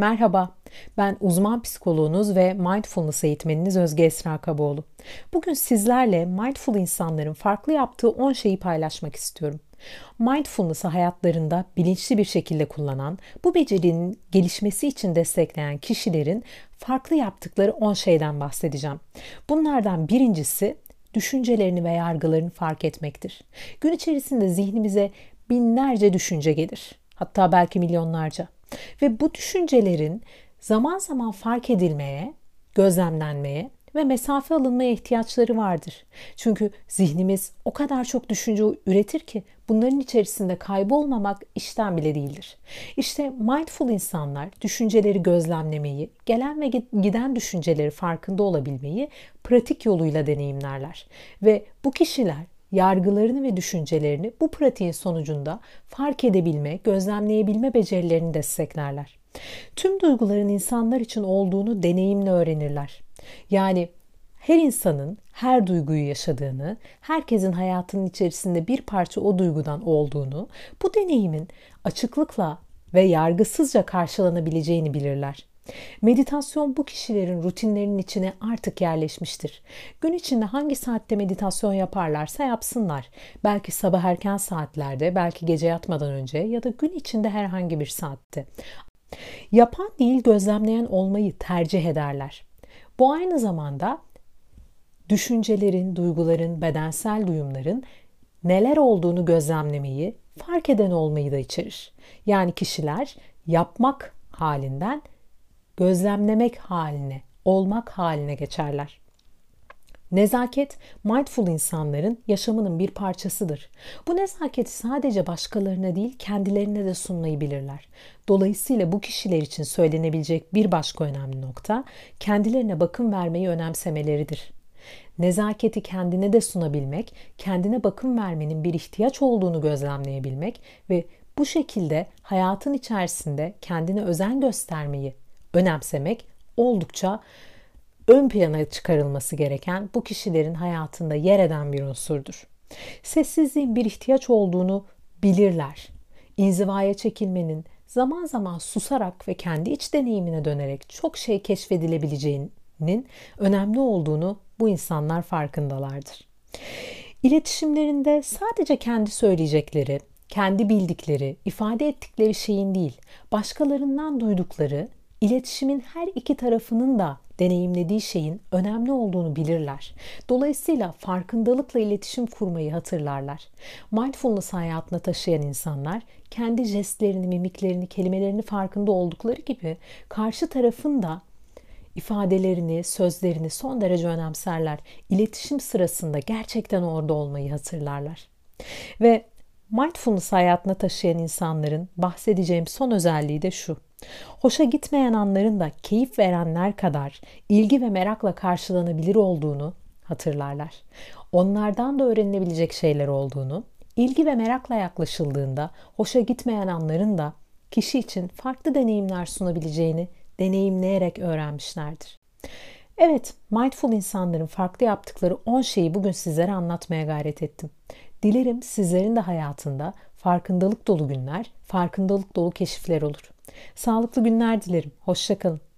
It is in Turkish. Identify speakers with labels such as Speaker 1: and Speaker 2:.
Speaker 1: Merhaba, ben uzman psikoloğunuz ve mindfulness eğitmeniniz Özge Esra Kaboğlu. Bugün sizlerle mindful insanların farklı yaptığı 10 şeyi paylaşmak istiyorum. Mindfulness'ı hayatlarında bilinçli bir şekilde kullanan, bu becerinin gelişmesi için destekleyen kişilerin farklı yaptıkları 10 şeyden bahsedeceğim. Bunlardan birincisi düşüncelerini ve yargılarını fark etmektir. Gün içerisinde zihnimize binlerce düşünce gelir. Hatta belki milyonlarca. Ve bu düşüncelerin zaman zaman fark edilmeye, gözlemlenmeye ve mesafe alınmaya ihtiyaçları vardır. Çünkü zihnimiz o kadar çok düşünce üretir ki bunların içerisinde kaybolmamak işten bile değildir. İşte mindful insanlar düşünceleri gözlemlemeyi, gelen ve giden düşünceleri farkında olabilmeyi pratik yoluyla deneyimlerler. Ve bu kişiler yargılarını ve düşüncelerini bu pratiğin sonucunda fark edebilme, gözlemleyebilme becerilerini desteklerler. Tüm duyguların insanlar için olduğunu deneyimle öğrenirler. Yani her insanın her duyguyu yaşadığını, herkesin hayatının içerisinde bir parça o duygudan olduğunu, bu deneyimin açıklıkla ve yargısızca karşılanabileceğini bilirler. Meditasyon bu kişilerin rutinlerinin içine artık yerleşmiştir. Gün içinde hangi saatte meditasyon yaparlarsa yapsınlar. Belki sabah erken saatlerde, belki gece yatmadan önce ya da gün içinde herhangi bir saatte. Yapan değil, gözlemleyen olmayı tercih ederler. Bu aynı zamanda düşüncelerin, duyguların, bedensel duyumların neler olduğunu gözlemlemeyi, fark eden olmayı da içerir. Yani kişiler yapmak halinden gözlemlemek haline, olmak haline geçerler. Nezaket, mindful insanların yaşamının bir parçasıdır. Bu nezaketi sadece başkalarına değil, kendilerine de sunmayı bilirler. Dolayısıyla bu kişiler için söylenebilecek bir başka önemli nokta, kendilerine bakım vermeyi önemsemeleridir. Nezaketi kendine de sunabilmek, kendine bakım vermenin bir ihtiyaç olduğunu gözlemleyebilmek ve bu şekilde hayatın içerisinde kendine özen göstermeyi önemsemek oldukça ön plana çıkarılması gereken, bu kişilerin hayatında yer eden bir unsurdur. Sessizliğin bir ihtiyaç olduğunu bilirler. İnzivaya çekilmenin zaman zaman susarak ve kendi iç deneyimine dönerek çok şey keşfedilebileceğinin önemli olduğunu bu insanlar farkındalardır. İletişimlerinde sadece kendi söyleyecekleri, kendi bildikleri, ifade ettikleri şeyin değil, başkalarından duydukları, İletişimin her iki tarafının da deneyimlediği şeyin önemli olduğunu bilirler. Dolayısıyla farkındalıkla iletişim kurmayı hatırlarlar. Mindfulness hayatına taşıyan insanlar kendi jestlerini, mimiklerini, kelimelerini farkında oldukları gibi karşı tarafın da ifadelerini, sözlerini son derece önemserler. İletişim sırasında gerçekten orada olmayı hatırlarlar. Ve mindfulness hayatına taşıyan insanların bahsedeceğim son özelliği de şu. Hoşa gitmeyen anların da keyif verenler kadar ilgi ve merakla karşılanabilir olduğunu hatırlarlar. Onlardan da öğrenilebilecek şeyler olduğunu, ilgi ve merakla yaklaşıldığında hoşa gitmeyen anların da kişi için farklı deneyimler sunabileceğini deneyimleyerek öğrenmişlerdir. Evet, mindful insanların farklı yaptıkları 10 şeyi bugün sizlere anlatmaya gayret ettim. Dilerim sizlerin de hayatında farkındalık dolu günler, farkındalık dolu keşifler olur. Sağlıklı günler dilerim. Hoşça kalın.